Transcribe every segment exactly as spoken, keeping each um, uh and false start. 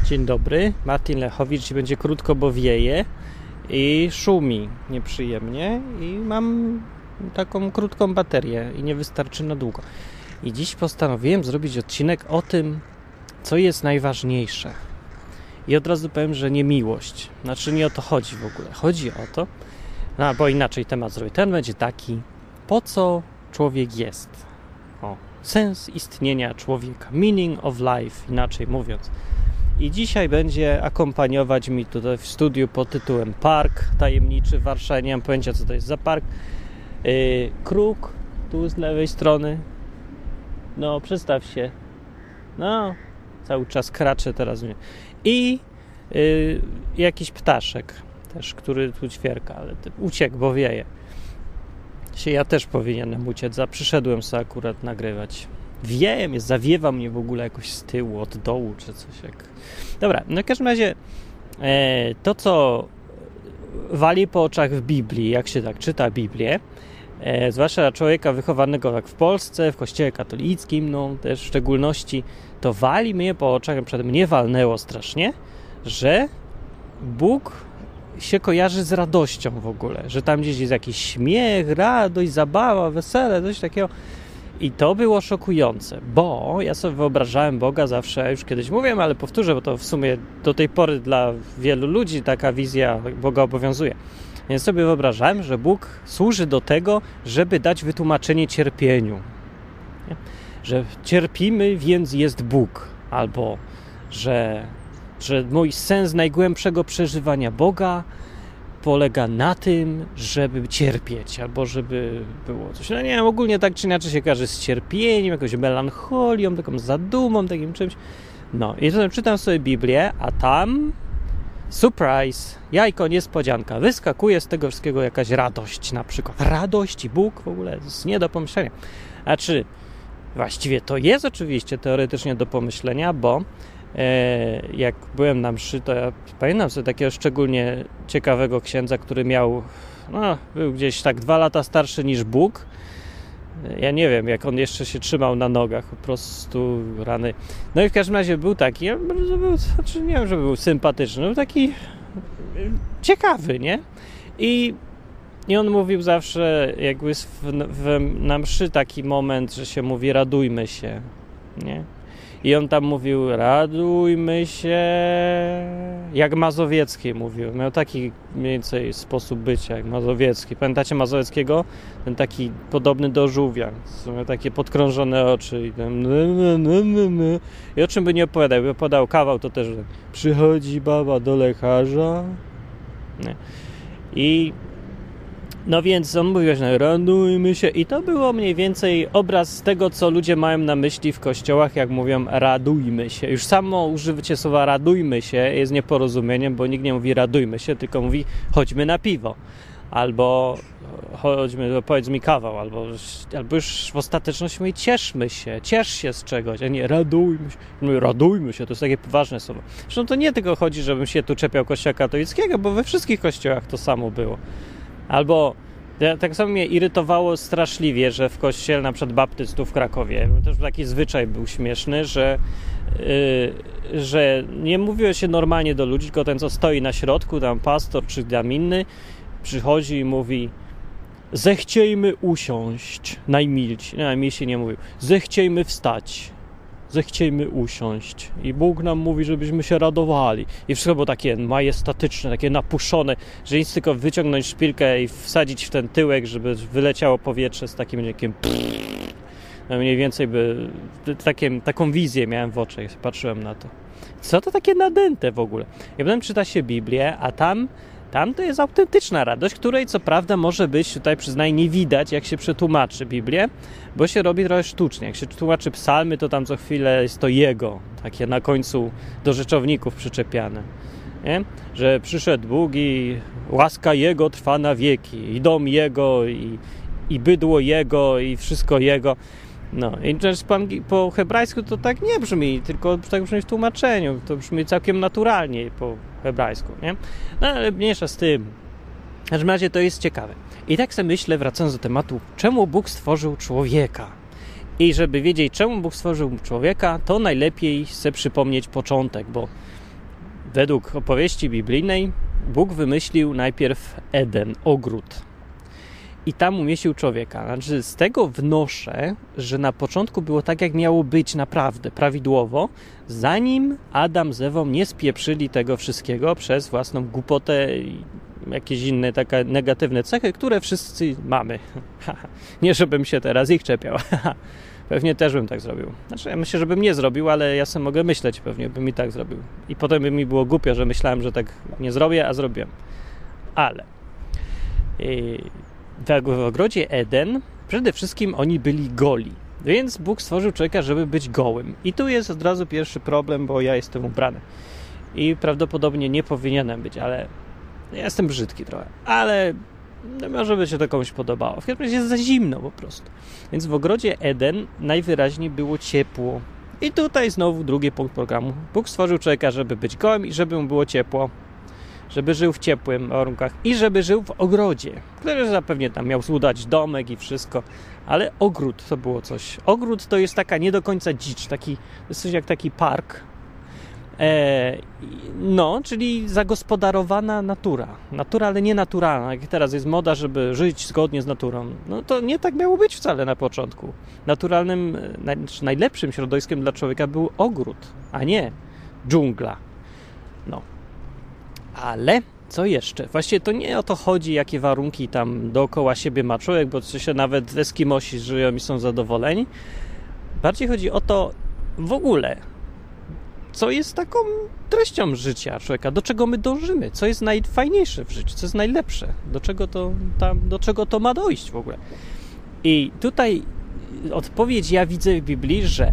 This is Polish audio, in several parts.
Dzień dobry, Martin Lechowicz. Będzie krótko, bo wieje i szumi nieprzyjemnie i mam taką krótką baterię i nie wystarczy na długo. I dziś postanowiłem zrobić odcinek o tym, co jest najważniejsze. I od razu powiem, że nie miłość. Znaczy nie o to chodzi w ogóle. Chodzi o to, no bo inaczej temat zrobię. Ten będzie taki, po co człowiek jest. O, sens istnienia człowieka. Meaning of life, inaczej mówiąc. I dzisiaj będzie akompaniować mi tutaj w studiu pod tytułem Park Tajemniczy w Warszawie. Nie mam pojęcia, co to jest za park. Yy, kruk, tu z lewej strony. No, przedstaw się. No, cały czas kraczę teraz mnie. I yy, jakiś ptaszek też, który tu ćwierka, ale uciekł, bo wieje. Się ja też powinienem uciec, a przyszedłem sobie akurat nagrywać. Wieje mnie, zawiewa mnie w ogóle jakoś z tyłu, od dołu czy coś jak. Dobra, no w każdym razie e, to, co wali po oczach w Biblii, jak się tak czyta Biblię, e, zwłaszcza dla człowieka wychowanego jak w Polsce, w kościele katolickim, no też w szczególności, to wali mnie po oczach, przed mnie walnęło strasznie, że Bóg się kojarzy z radością w ogóle, że tam gdzieś jest jakiś śmiech, radość, zabawa, wesele, coś takiego. I to było szokujące, bo ja sobie wyobrażałem Boga zawsze, już kiedyś mówiłem, ale powtórzę, bo to w sumie do tej pory dla wielu ludzi taka wizja Boga obowiązuje. Więc sobie wyobrażałem, że Bóg służy do tego, żeby dać wytłumaczenie cierpieniu. Nie? Że cierpimy, więc jest Bóg. Albo, że, że mój sens najgłębszego przeżywania Boga polega na tym, żeby cierpieć, albo żeby było coś. No nie wiem, ogólnie tak czy inaczej się kojarzy z cierpieniem, jakąś melancholią, taką zadumą, takim czymś. No i potem czytam sobie Biblię, a tam surprise, jajko, niespodzianka. Wyskakuje z tego wszystkiego jakaś radość na przykład. Radość i Bóg w ogóle jest nie do pomyślenia. A czy właściwie to jest oczywiście teoretycznie do pomyślenia, bo jak byłem na mszy, to ja pamiętam sobie takiego szczególnie ciekawego księdza, który miał, no, był gdzieś tak dwa lata starszy niż Bóg. Ja nie wiem, jak on jeszcze się trzymał na nogach, po prostu rany. No i w każdym razie był taki, ja był, znaczy nie wiem, że był sympatyczny, był taki ciekawy, nie? I, i on mówił zawsze, jakby w, w, na mszy taki moment, że się mówi radujmy się, nie? I on tam mówił, radujmy się, jak Mazowiecki mówił. Miał taki mniej więcej sposób bycia jak Mazowiecki. Pamiętacie Mazowieckiego? Ten taki podobny do żółwia. Miał takie podkrążone oczy i tam i o czym by nie opowiadał? By podał kawał, to też przychodzi baba do lekarza. Nie. I no więc on mówił, że radujmy się i to było mniej więcej obraz tego, co ludzie mają na myśli w kościołach, jak mówią radujmy się. Już samo użycie słowa radujmy się jest nieporozumieniem, bo nikt nie mówi radujmy się, tylko mówi chodźmy na piwo. Albo chodźmy, powiedz mi kawał, albo, albo już w ostateczności mówi cieszmy się, ciesz się z czegoś, a nie radujmy się. Mówi, radujmy się, to jest takie poważne słowo. Zresztą to nie tylko chodzi, żebym się tu czepiał kościoła katolickiego, bo we wszystkich kościołach to samo było. Albo tak samo mnie irytowało straszliwie, że w kościele na przykład baptystów w Krakowie też taki zwyczaj był śmieszny, że, yy, że nie mówiło się normalnie do ludzi, tylko ten, co stoi na środku, tam pastor czy tam inny, przychodzi i mówi zechciejmy usiąść, najmilsi, najmilsi nie mówił, zechciejmy wstać. Zechciejmy usiąść. I Bóg nam mówi, żebyśmy się radowali. I wszystko było takie majestatyczne, takie napuszone, że nic tylko wyciągnąć szpilkę i wsadzić w ten tyłek, żeby wyleciało powietrze z takim dźwiękiem. No mniej więcej by takie, taką wizję miałem w oczach, patrzyłem na to. Co to takie nadęte w ogóle? Ja potem czyta się Biblię, a tam Tam to jest autentyczna radość, której co prawda może być, tutaj przyznaję, nie widać, jak się przetłumaczy Biblię, bo się robi trochę sztucznie. Jak się tłumaczy psalmy, to tam co chwilę jest to Jego, takie na końcu do rzeczowników przyczepiane. Nie? Że przyszedł Bóg i łaska Jego trwa na wieki, i dom Jego, i, i bydło Jego, i wszystko Jego. No i po hebrajsku to tak nie brzmi, tylko tak brzmi w tłumaczeniu, to brzmi całkiem naturalnie po hebrajsku, nie? No ale mniejsza z tym. W każdym razie to jest ciekawe. I tak sobie myślę, wracając do tematu, czemu Bóg stworzył człowieka? I żeby wiedzieć, czemu Bóg stworzył człowieka, to najlepiej sobie przypomnieć początek, bo według opowieści biblijnej Bóg wymyślił najpierw Eden, ogród. I tam umieścił człowieka. Znaczy, z tego wnoszę, że na początku było tak, jak miało być naprawdę, prawidłowo, zanim Adam z Ewą nie spieprzyli tego wszystkiego przez własną głupotę i jakieś inne takie negatywne cechy, które wszyscy mamy. Nie, żebym się teraz ich czepiał. Pewnie też bym tak zrobił. Znaczy, ja myślę, że bym nie zrobił, ale ja sobie mogę myśleć, pewnie bym i tak zrobił. I potem by mi było głupio, że myślałem, że tak nie zrobię, a zrobiłem. Ale yy, w ogrodzie Eden przede wszystkim oni byli goli. Więc Bóg stworzył człowieka, żeby być gołym. I tu jest od razu pierwszy problem, bo ja jestem ubrany. I prawdopodobnie nie powinienem być, ale ja jestem brzydki trochę. Ale no, może by się to komuś podobało. W każdym razie jest za zimno po prostu. Więc w ogrodzie Eden najwyraźniej było ciepło. I tutaj znowu drugi punkt programu. Bóg stworzył człowieka, żeby być gołym i żeby mu było ciepło. Żeby żył w ciepłym warunkach i żeby żył w ogrodzie, który zapewne tam miał złudać domek i wszystko, ale ogród to było coś. Ogród to jest taka nie do końca dzicz, taki, to jest coś jak taki park, e, no, czyli zagospodarowana natura. Natura, ale nie naturalna, jak teraz jest moda, żeby żyć zgodnie z naturą. No to nie tak miało być wcale na początku. Naturalnym, naj, najlepszym środowiskiem dla człowieka był ogród, a nie dżungla. No. Ale co jeszcze? Właściwie to nie o to chodzi, jakie warunki tam dookoła siebie ma człowiek, bo się nawet Eskimosi żyją i są zadowoleni. Bardziej chodzi o to w ogóle, co jest taką treścią życia człowieka, do czego my dążymy, co jest najfajniejsze w życiu, co jest najlepsze, do czego to, tam, do czego to ma dojść w ogóle. I tutaj odpowiedź ja widzę w Biblii, że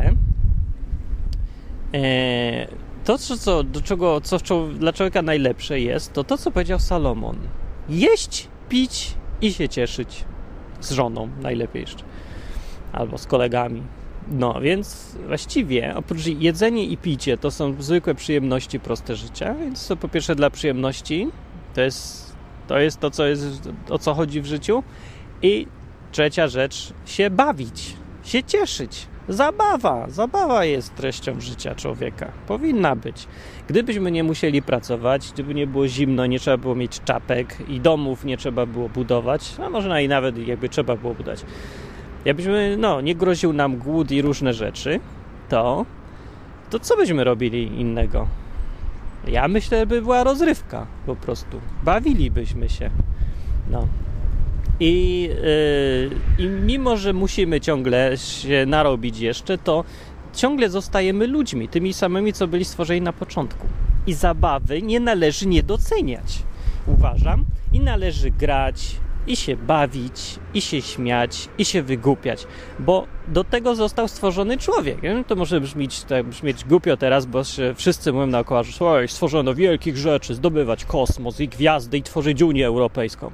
e, to, co, do czego, co dla człowieka najlepsze jest, to to, co powiedział Salomon. Jeść, pić i się cieszyć. Z żoną najlepiej jeszcze. Albo z kolegami. No, więc właściwie oprócz jedzenia i picie to są zwykłe przyjemności, proste życia. Więc to po pierwsze dla przyjemności. To jest to, jest to co jest, o co chodzi w życiu. I trzecia rzecz, się bawić. Się cieszyć. Zabawa. Zabawa jest treścią życia człowieka. Powinna być. Gdybyśmy nie musieli pracować, gdyby nie było zimno, nie trzeba było mieć czapek i domów nie trzeba było budować, a może i nawet jakby trzeba było budować. Jakbyśmy, no, nie groził nam głód i różne rzeczy, to, to co byśmy robili innego? Ja myślę, że by była rozrywka po prostu. Bawilibyśmy się. No. I, yy, I mimo, że musimy ciągle się narobić jeszcze, to ciągle zostajemy ludźmi, tymi samymi, co byli stworzeni na początku. I zabawy nie należy nie doceniać, uważam. I należy grać, i się bawić, i się śmiać, i się wygłupiać, bo do tego został stworzony człowiek. To może brzmieć, tak, brzmieć głupio teraz, bo wszyscy mówią naokoło, że oj, stworzono wielkich rzeczy, zdobywać kosmos i gwiazdy i tworzyć Unię Europejską.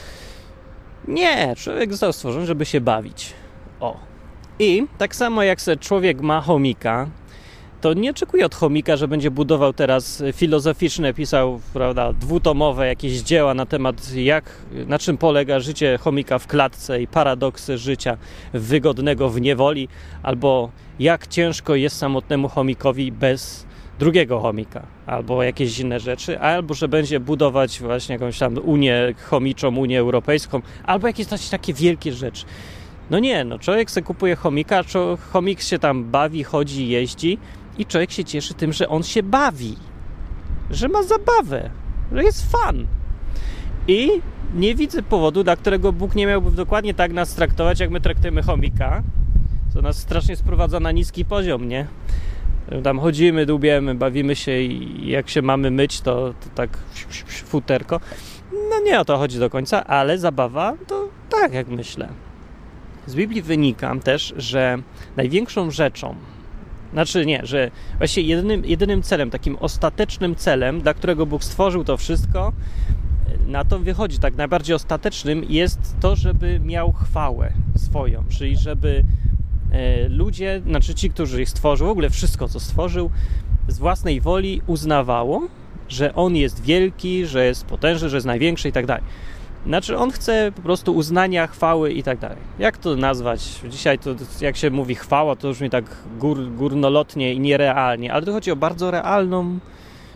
Nie, człowiek został stworzony, żeby się bawić. O. I tak samo jak se człowiek ma chomika, to nie oczekuje od chomika, że będzie budował teraz filozoficzne, pisał, prawda, dwutomowe jakieś dzieła na temat, jak, na czym polega życie chomika w klatce i paradoksy życia wygodnego w niewoli, albo jak ciężko jest samotnemu chomikowi bez drugiego chomika, albo jakieś inne rzeczy, albo że będzie budować właśnie jakąś tam Unię chomiczą, Unię Europejską, albo jakieś takie wielkie rzeczy. No nie, no człowiek se kupuje chomika, chomik się tam bawi, chodzi, jeździ i człowiek się cieszy tym, że on się bawi, że ma zabawę, że jest fan. I nie widzę powodu, dla którego Bóg nie miałby dokładnie tak nas traktować, jak my traktujemy chomika, co nas strasznie sprowadza na niski poziom, nie? Tam chodzimy, dłubiemy, bawimy się i jak się mamy myć, to, to tak futerko. No nie o to chodzi do końca, ale zabawa to tak, jak myślę. Z Biblii wynika też, że największą rzeczą, znaczy nie, że właściwie jedynym, jedynym celem, takim ostatecznym celem, dla którego Bóg stworzył to wszystko, na to wychodzi tak najbardziej ostatecznym, jest to, żeby miał chwałę swoją, czyli żeby ludzie, znaczy ci, którzy ich stworzył, w ogóle wszystko, co stworzył, z własnej woli uznawało, że on jest wielki, że jest potężny, że jest największy i tak dalej. Znaczy on chce po prostu uznania, chwały i tak dalej. Jak to nazwać? Dzisiaj to jak się mówi chwała, to już mi tak gór, górnolotnie i nierealnie, ale to chodzi o bardzo realną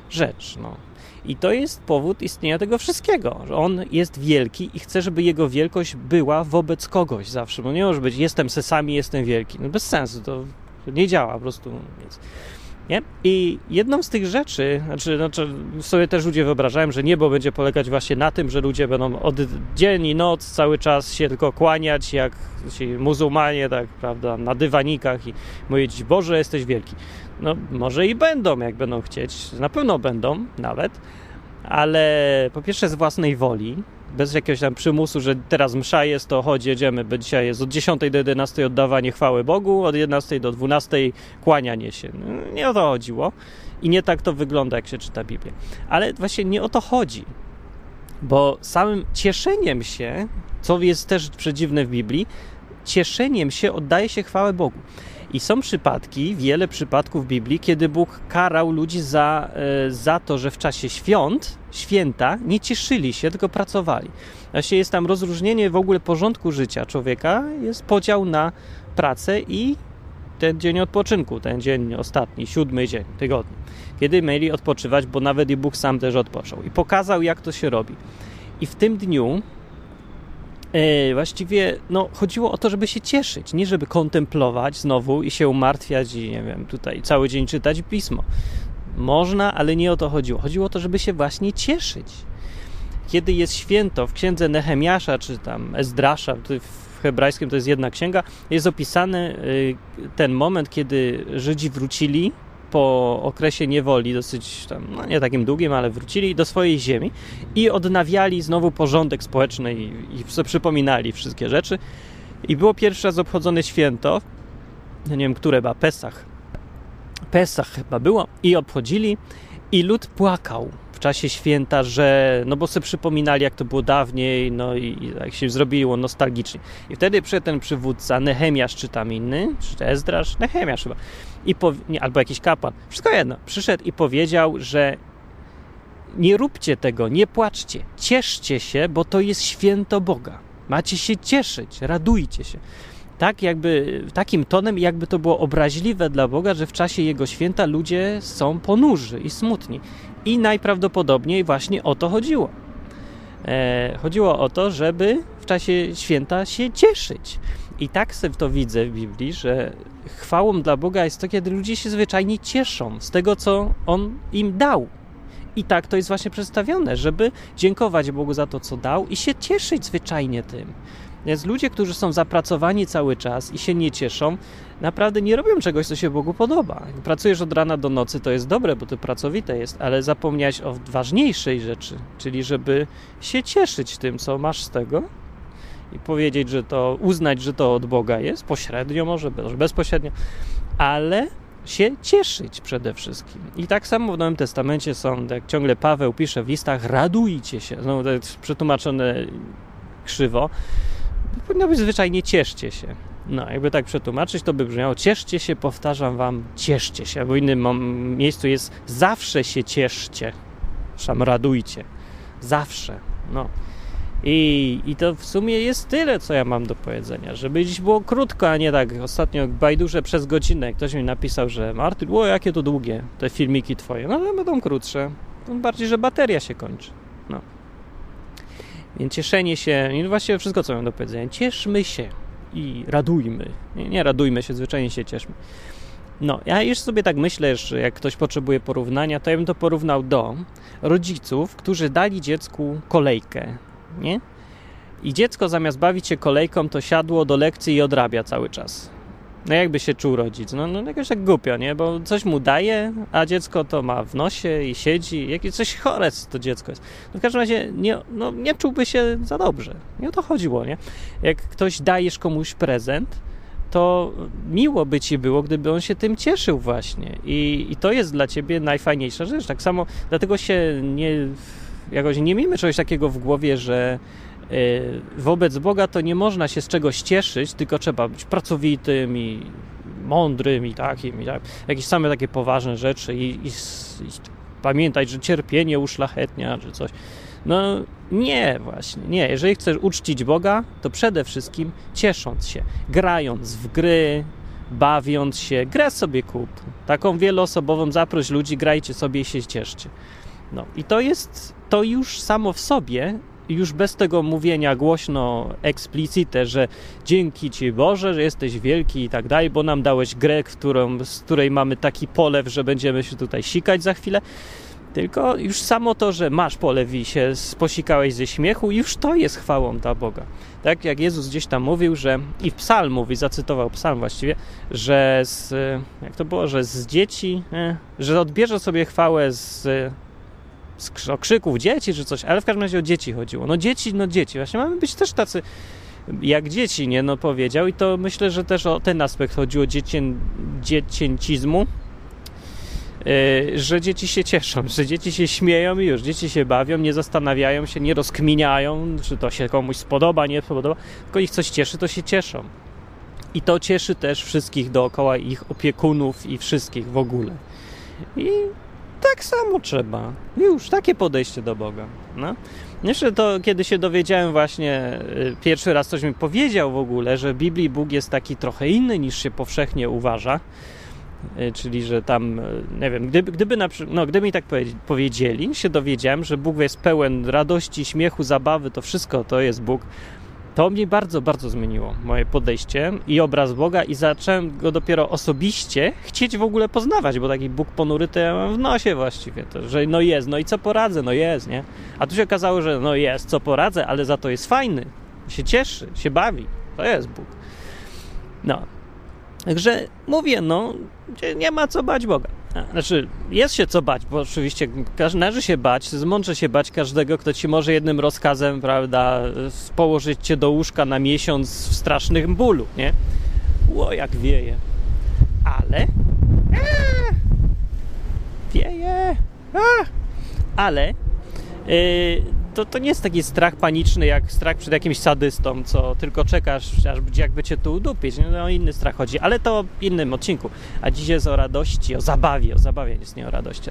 rzecz, no. I to jest powód istnienia tego wszystkiego, że on jest wielki i chce, żeby jego wielkość była wobec kogoś zawsze, bo nie może być jestem se sami, jestem wielki. No bez sensu, to, to nie działa po prostu nic. Nie? I jedną z tych rzeczy, znaczy, znaczy sobie też ludzie wyobrażają, że niebo będzie polegać właśnie na tym, że ludzie będą od dzień i noc cały czas się tylko kłaniać, jak ci muzułmanie, tak, prawda, na dywanikach i mówić, Boże, jesteś wielki. No może i będą, jak będą chcieć, na pewno będą nawet, ale po pierwsze z własnej woli, bez jakiegoś tam przymusu, że teraz msza jest, to chodź, jedziemy, bo dzisiaj jest od dziesiątej do jedenastej oddawanie chwały Bogu, od jedenastej do dwunastej kłanianie się. No, nie o to chodziło i nie tak to wygląda, jak się czyta Biblię. Ale właśnie nie o to chodzi, bo samym cieszeniem się, co jest też przedziwne w Biblii, cieszeniem się oddaje się chwałę Bogu. I są przypadki, wiele przypadków w Biblii, kiedy Bóg karał ludzi za, za to, że w czasie świąt, święta, nie cieszyli się, tylko pracowali. Właśnie jest tam rozróżnienie w ogóle porządku życia człowieka, jest podział na pracę i ten dzień odpoczynku, ten dzień ostatni, siódmy dzień tygodnia, kiedy mieli odpoczywać, bo nawet i Bóg sam też odpoczął. I pokazał, jak to się robi. I w tym dniu Yy, właściwie no, chodziło o to, żeby się cieszyć, nie żeby kontemplować znowu i się umartwiać i nie wiem, tutaj cały dzień czytać pismo. Można, ale nie o to chodziło. Chodziło o to, żeby się właśnie cieszyć. Kiedy jest święto w księdze Nehemiasza, czy tam Ezdrasza, w hebrajskim to jest jedna księga, jest opisany yy, ten moment, kiedy Żydzi wrócili po okresie niewoli, dosyć tam, no nie takim długim, ale wrócili do swojej ziemi i odnawiali znowu porządek społeczny i, i sobie przypominali wszystkie rzeczy. I było pierwszy raz obchodzone święto, nie wiem, które chyba, Pesach. Pesach chyba było i obchodzili i lud płakał w czasie święta, że, no bo sobie przypominali, jak to było dawniej, no i, i jak się zrobiło nostalgicznie. I wtedy przyszedł ten przywódca, Nehemiasz czy tam inny, czy Ezdrasz, Nehemiasz chyba, i po, nie, albo jakiś kapłan, wszystko jedno, przyszedł i powiedział, że nie róbcie tego, nie płaczcie, cieszcie się, bo to jest święto Boga. Macie się cieszyć, radujcie się. Tak jakby, takim tonem, jakby to było obraźliwe dla Boga, że w czasie Jego święta ludzie są ponurzy i smutni. I najprawdopodobniej właśnie o to chodziło. E, chodziło o to, żeby w czasie święta się cieszyć. I tak sobie to widzę w Biblii, że chwałą dla Boga jest to, kiedy ludzie się zwyczajnie cieszą z tego, co On im dał. I tak to jest właśnie przedstawione, żeby dziękować Bogu za to, co dał i się cieszyć zwyczajnie tym. Więc ludzie, którzy są zapracowani cały czas i się nie cieszą, naprawdę nie robią czegoś, co się Bogu podoba. Jak pracujesz od rana do nocy, to jest dobre, bo to pracowite jest, ale zapomniałeś o ważniejszej rzeczy, czyli żeby się cieszyć tym, co masz z tego i powiedzieć, że to, uznać, że to od Boga jest, pośrednio może, może bezpośrednio, ale się cieszyć przede wszystkim. I tak samo w Nowym Testamencie są, jak ciągle Paweł pisze w listach, radujcie się. Znowu to jest przetłumaczone krzywo. Powinno być zwyczajnie cieszcie się. No, jakby tak przetłumaczyć, to by brzmiało cieszcie się, powtarzam wam, cieszcie się, bo w innym miejscu jest zawsze się cieszcie. Przepraszam, radujcie. Zawsze. No. I, I to w sumie jest tyle, co ja mam do powiedzenia. Żeby dziś było krótko, a nie tak. Ostatnio bajdurze przez godzinę. Ktoś mi napisał, że Martin, o jakie to długie te filmiki twoje. No ale będą krótsze. Tym bardziej, że bateria się kończy. No. Więc cieszenie się, i właściwie wszystko, co mam do powiedzenia. Cieszmy się i radujmy. Nie, nie radujmy się, zwyczajnie się cieszmy. No, ja już sobie tak myślę, że jak ktoś potrzebuje porównania, to ja bym to porównał do rodziców, którzy dali dziecku kolejkę, nie? I dziecko zamiast bawić się kolejką, to siadło do lekcji i odrabia cały czas. No jakby się czuł rodzic? No, no jakoś tak głupio, nie? Bo coś mu daje, a dziecko to ma w nosie i siedzi. Jakieś coś chore to dziecko jest. No w każdym razie nie, no, nie czułby się za dobrze. Nie o to chodziło, nie? Jak ktoś dajesz komuś prezent, to miło by ci było, gdyby on się tym cieszył właśnie. I, i to jest dla ciebie najfajniejsza rzecz. Tak samo dlatego się nie, jakoś nie miejmy czegoś takiego w głowie, że y, wobec Boga to nie można się z czegoś cieszyć, tylko trzeba być pracowitym i mądrym i takim, i tak. Jakieś same takie poważne rzeczy i, i, i pamiętać, że cierpienie uszlachetnia, czy coś. No nie, właśnie, nie. Jeżeli chcesz uczcić Boga, to przede wszystkim ciesząc się, grając w gry, bawiąc się, grę sobie kup. Taką wieloosobową, zaproś ludzi, grajcie sobie i się cieszcie. No i to jest, to już samo w sobie, już bez tego mówienia głośno, explicite, że dzięki Ci Boże, że jesteś wielki i tak dalej, bo nam dałeś grę, którą, z której mamy taki polew, że będziemy się tutaj sikać za chwilę. Tylko już samo to, że masz polew i się posikałeś ze śmiechu, już to jest chwałą dla Boga. Tak jak Jezus gdzieś tam mówił, że i w psalm mówi, zacytował psalm właściwie, że z, jak to było, że z dzieci, eh, że odbierze sobie chwałę z, z okrzyków dzieci czy coś, ale w każdym razie o dzieci chodziło. No dzieci, no dzieci. Właśnie mamy być też tacy jak dzieci, nie? No powiedział i to myślę, że też o ten aspekt chodziło dziecię, dziecięcizmu, że dzieci się cieszą, że dzieci się śmieją i już, dzieci się bawią, nie zastanawiają się, nie rozkminiają, czy to się komuś spodoba, nie spodoba, tylko ich coś cieszy, to się cieszą. I to cieszy też wszystkich dookoła, ich opiekunów i wszystkich w ogóle. I tak samo trzeba. Już, takie podejście do Boga. No. Jeszcze to, kiedy się dowiedziałem właśnie, pierwszy raz ktoś mi powiedział w ogóle, że w Biblii Bóg jest taki trochę inny niż się powszechnie uważa, czyli że tam, nie wiem, gdyby, gdyby, na, no, gdyby mi tak powiedzieli, się dowiedziałem, że Bóg jest pełen radości, śmiechu, zabawy, to wszystko to jest Bóg, to mnie bardzo, bardzo zmieniło moje podejście i obraz Boga i zacząłem go dopiero osobiście chcieć w ogóle poznawać, bo taki Bóg ponury to ja mam w nosie właściwie, to, że no jest, no i co poradzę, no jest, nie? A tu się okazało, że no jest, co poradzę, ale za to jest fajny, się cieszy, się bawi, to jest Bóg. No. Także mówię, no, nie ma co bać Boga. Znaczy, jest się co bać, bo oczywiście należy się bać, mądrze się bać każdego, kto ci może jednym rozkazem, prawda, położyć cię do łóżka na miesiąc w strasznym bólu, nie? Ło, jak wieje. Ale... Eee, wieje. A, ale... Yy, To, to nie jest taki strach paniczny, jak strach przed jakimś sadystą, co tylko czekasz, aż jakby cię tu udupić. No, o inny strach chodzi, ale to w innym odcinku. A dziś jest o radości, o zabawie, o zabawie, jest nie o radości.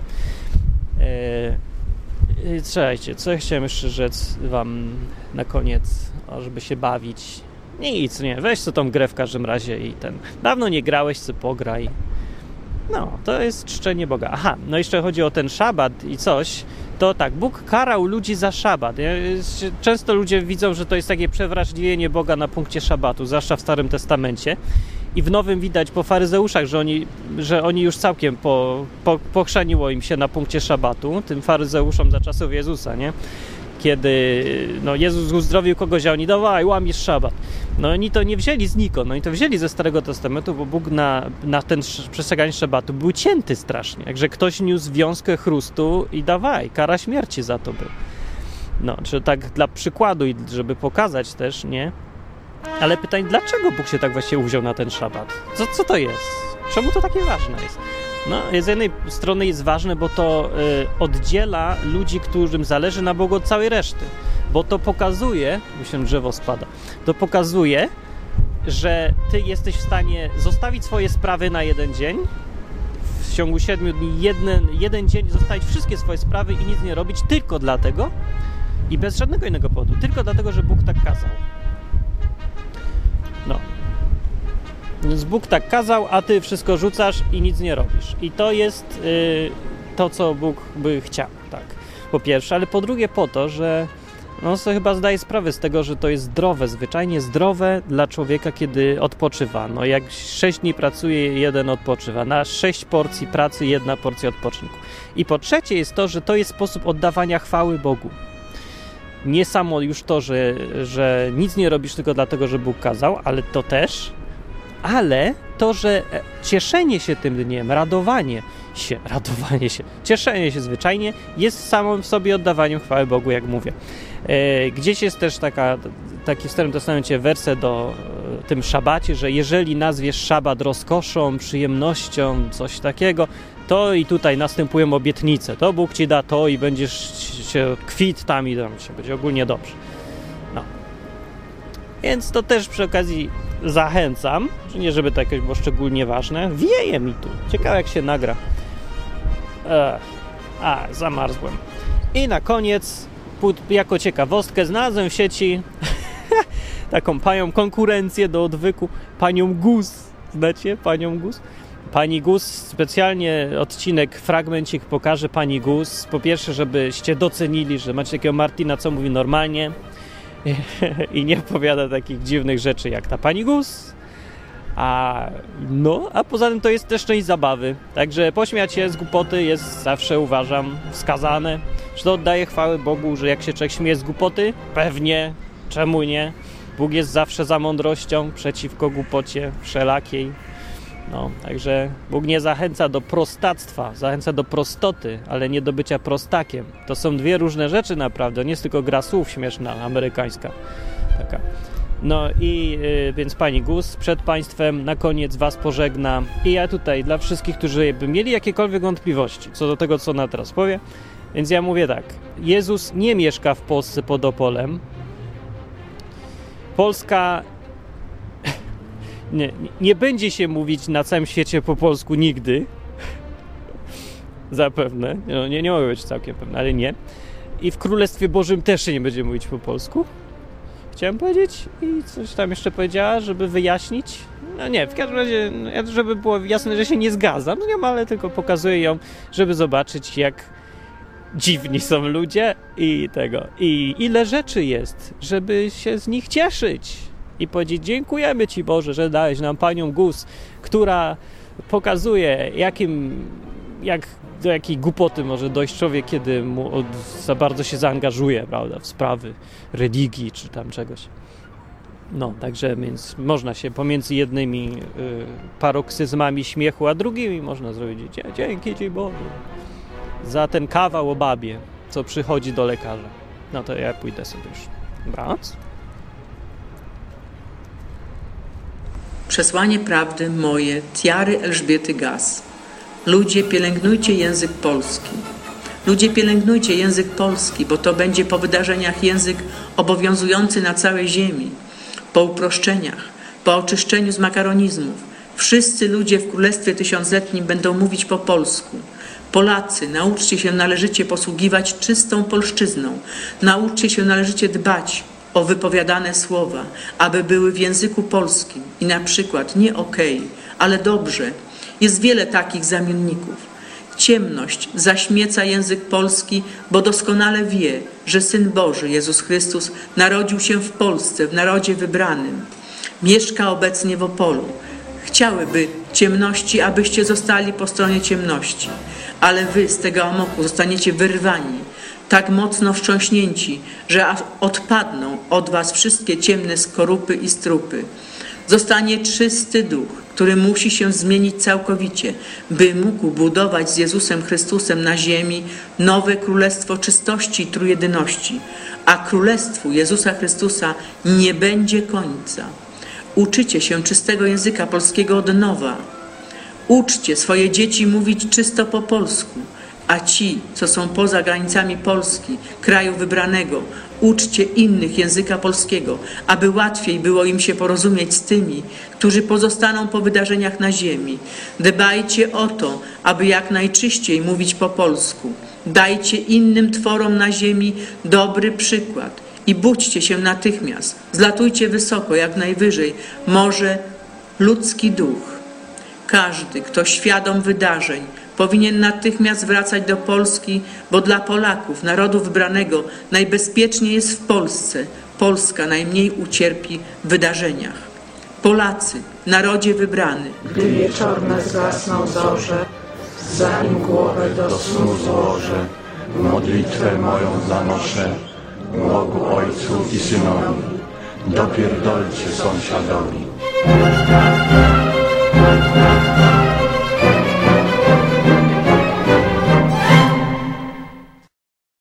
Eee, Słuchajcie, co ja chciałem jeszcze rzec wam na koniec, o, żeby się bawić. Nic, nie, weź co tą grę w każdym razie i ten. Dawno nie grałeś, co pograj. No, to jest czczenie Boga. Aha, no jeszcze chodzi o ten szabat i coś. To tak, Bóg karał ludzi za szabat. Często ludzie widzą, że to jest takie przewrażliwienie Boga na punkcie szabatu, zwłaszcza w Starym Testamencie. I w Nowym widać po faryzeuszach, że oni, że oni już całkiem po, po, pochrzaniło im się na punkcie szabatu, tym faryzeuszom za czasów Jezusa, nie? Kiedy no, Jezus uzdrowił kogoś, a oni dawaj, łamiesz szabat. No oni to nie wzięli znikąd, no oni to wzięli ze Starego Testamentu, bo Bóg na, na ten przestrzeganie szabatu był cięty strasznie. Także ktoś niósł wiązkę chrustu i dawaj, kara śmierci za to był. No, czy tak dla przykładu i żeby pokazać też, nie? Ale pytanie, dlaczego Bóg się tak właściwie uwziął na ten szabat? Co, co to jest? Czemu to takie ważne jest? No, z jednej strony jest ważne, bo to y, oddziela ludzi, którym zależy na Bogu od całej reszty. Bo to pokazuje, myślę, drzewo spada, to pokazuje, że ty jesteś w stanie zostawić swoje sprawy na jeden dzień, w ciągu siedmiu dni jeden, jeden dzień zostawić wszystkie swoje sprawy i nic nie robić tylko dlatego i bez żadnego innego powodu, tylko dlatego, że Bóg tak kazał. No. Więc Bóg tak kazał, a ty wszystko rzucasz i nic nie robisz. I to jest yy, to, co Bóg by chciał, tak. Po pierwsze, ale po drugie po to, że no sobie chyba zdaje sprawę z tego, że to jest zdrowe, zwyczajnie zdrowe dla człowieka, kiedy odpoczywa. No jak sześć dni pracuje, jeden odpoczywa. Na sześć porcji pracy, jedna porcja odpoczynku. I po trzecie jest to, że to jest sposób oddawania chwały Bogu. Nie samo już to, że, że nic nie robisz tylko dlatego, że Bóg kazał, ale to też, ale to, że cieszenie się tym dniem, radowanie się, radowanie się, cieszenie się zwyczajnie jest samym w sobie oddawaniem chwały Bogu, jak mówię. E, gdzieś jest też taka, taki w Starym Testamencie werset o e, tym szabacie, że jeżeli nazwiesz szabat rozkoszą, przyjemnością, coś takiego, to i tutaj następują obietnice. To Bóg ci da to i będziesz się kwit tam i tam się będzie ogólnie dobrze. No. Więc to też przy okazji zachęcam, nie żeby to jakoś było szczególnie ważne. Wieje mi tu. Ciekawe jak się nagra. Ech. A, zamarzłem. I na koniec, jako ciekawostkę, znalazłem w sieci taką panią konkurencję do odwyku, panią Gus. Znacie panią Gus? Pani Gus, specjalnie odcinek, fragmencik pokaże pani Gus. Po pierwsze, żebyście docenili, że macie takiego Martina, co mówi normalnie i nie opowiada takich dziwnych rzeczy jak ta pani Gus. A no, a poza tym to jest też część zabawy. Także pośmiać się z głupoty jest zawsze, uważam, wskazane. Że to oddaję chwałę Bogu, że jak się człowiek śmieje z głupoty, pewnie, czemu nie? Bóg jest zawsze za mądrością, przeciwko głupocie wszelakiej. No, także Bóg nie zachęca do prostactwa, zachęca do prostoty, ale nie do bycia prostakiem. To są dwie różne rzeczy naprawdę, nie jest tylko gra słów śmieszna, amerykańska taka. No i y, więc pani Gus przed państwem na koniec was pożegna i ja tutaj dla wszystkich, którzy by mieli jakiekolwiek wątpliwości co do tego, co ona teraz powie, więc ja mówię tak, Jezus nie mieszka w Polsce pod Opolem. Polska nie, nie będzie się mówić na całym świecie po polsku nigdy. Zapewne. No, nie, nie mogę być całkiem pewny, ale nie. I w Królestwie Bożym też się nie będzie mówić po polsku. Chciałem powiedzieć i coś tam jeszcze powiedziała, żeby wyjaśnić. No nie, w każdym razie, żeby było jasne, że się nie zgadzam z nią, ale tylko pokazuję ją, żeby zobaczyć, jak dziwni są ludzie i tego. I ile rzeczy jest, żeby się z nich cieszyć. I powiedzieć, dziękujemy Ci Boże, że dałeś nam panią Gus, która pokazuje, jakim, jak, do jakiej głupoty może dojść człowiek, kiedy mu od, za bardzo się zaangażuje, prawda, w sprawy religii czy tam czegoś. No, także więc można się pomiędzy jednymi y, paroksyzmami śmiechu, a drugimi można zrobić, dzięki Ci Boże za ten kawał o babie, co przychodzi do lekarza. No to ja pójdę sobie już. Dobranoc. Przesłanie prawdy moje, Tiary Elżbiety Gass. Ludzie, pielęgnujcie język polski. Ludzie, pielęgnujcie język polski, bo to będzie po wydarzeniach język obowiązujący na całej ziemi. Po uproszczeniach, po oczyszczeniu z makaronizmów. Wszyscy ludzie w Królestwie Tysiącletnim będą mówić po polsku. Polacy, nauczcie się należycie posługiwać czystą polszczyzną. Nauczcie się należycie dbać o wypowiadane słowa, aby były w języku polskim i na przykład nie okej, ale dobrze. Jest wiele takich zamienników. Ciemność zaśmieca język polski, bo doskonale wie, że Syn Boży, Jezus Chrystus, narodził się w Polsce, w narodzie wybranym. Mieszka obecnie w Opolu. Chciałyby ciemności, abyście zostali po stronie ciemności, ale wy z tego amoku zostaniecie wyrwani, tak mocno wstrząśnięci, że aż odpadną od was wszystkie ciemne skorupy i strupy. Zostanie czysty duch, który musi się zmienić całkowicie, by mógł budować z Jezusem Chrystusem na ziemi nowe królestwo czystości i trójjedyności, a królestwu Jezusa Chrystusa nie będzie końca. Uczycie się czystego języka polskiego od nowa. Uczcie swoje dzieci mówić czysto po polsku, a ci, co są poza granicami Polski, kraju wybranego, uczcie innych języka polskiego, aby łatwiej było im się porozumieć z tymi, którzy pozostaną po wydarzeniach na ziemi. Dbajcie o to, aby jak najczyściej mówić po polsku. Dajcie innym tworom na ziemi dobry przykład i budźcie się natychmiast. Zlatujcie wysoko, jak najwyżej, może ludzki duch. Każdy, kto świadom wydarzeń, powinien natychmiast wracać do Polski, bo dla Polaków, narodu wybranego, najbezpieczniej jest w Polsce. Polska najmniej ucierpi w wydarzeniach. Polacy, narodzie wybrany. Gdy wieczorne zgasną zorze, zanim głowę do snu złożę, modlitwę moją zanoszę Bogu Ojcu i Synowi. Dopierdolcie sąsiadowi.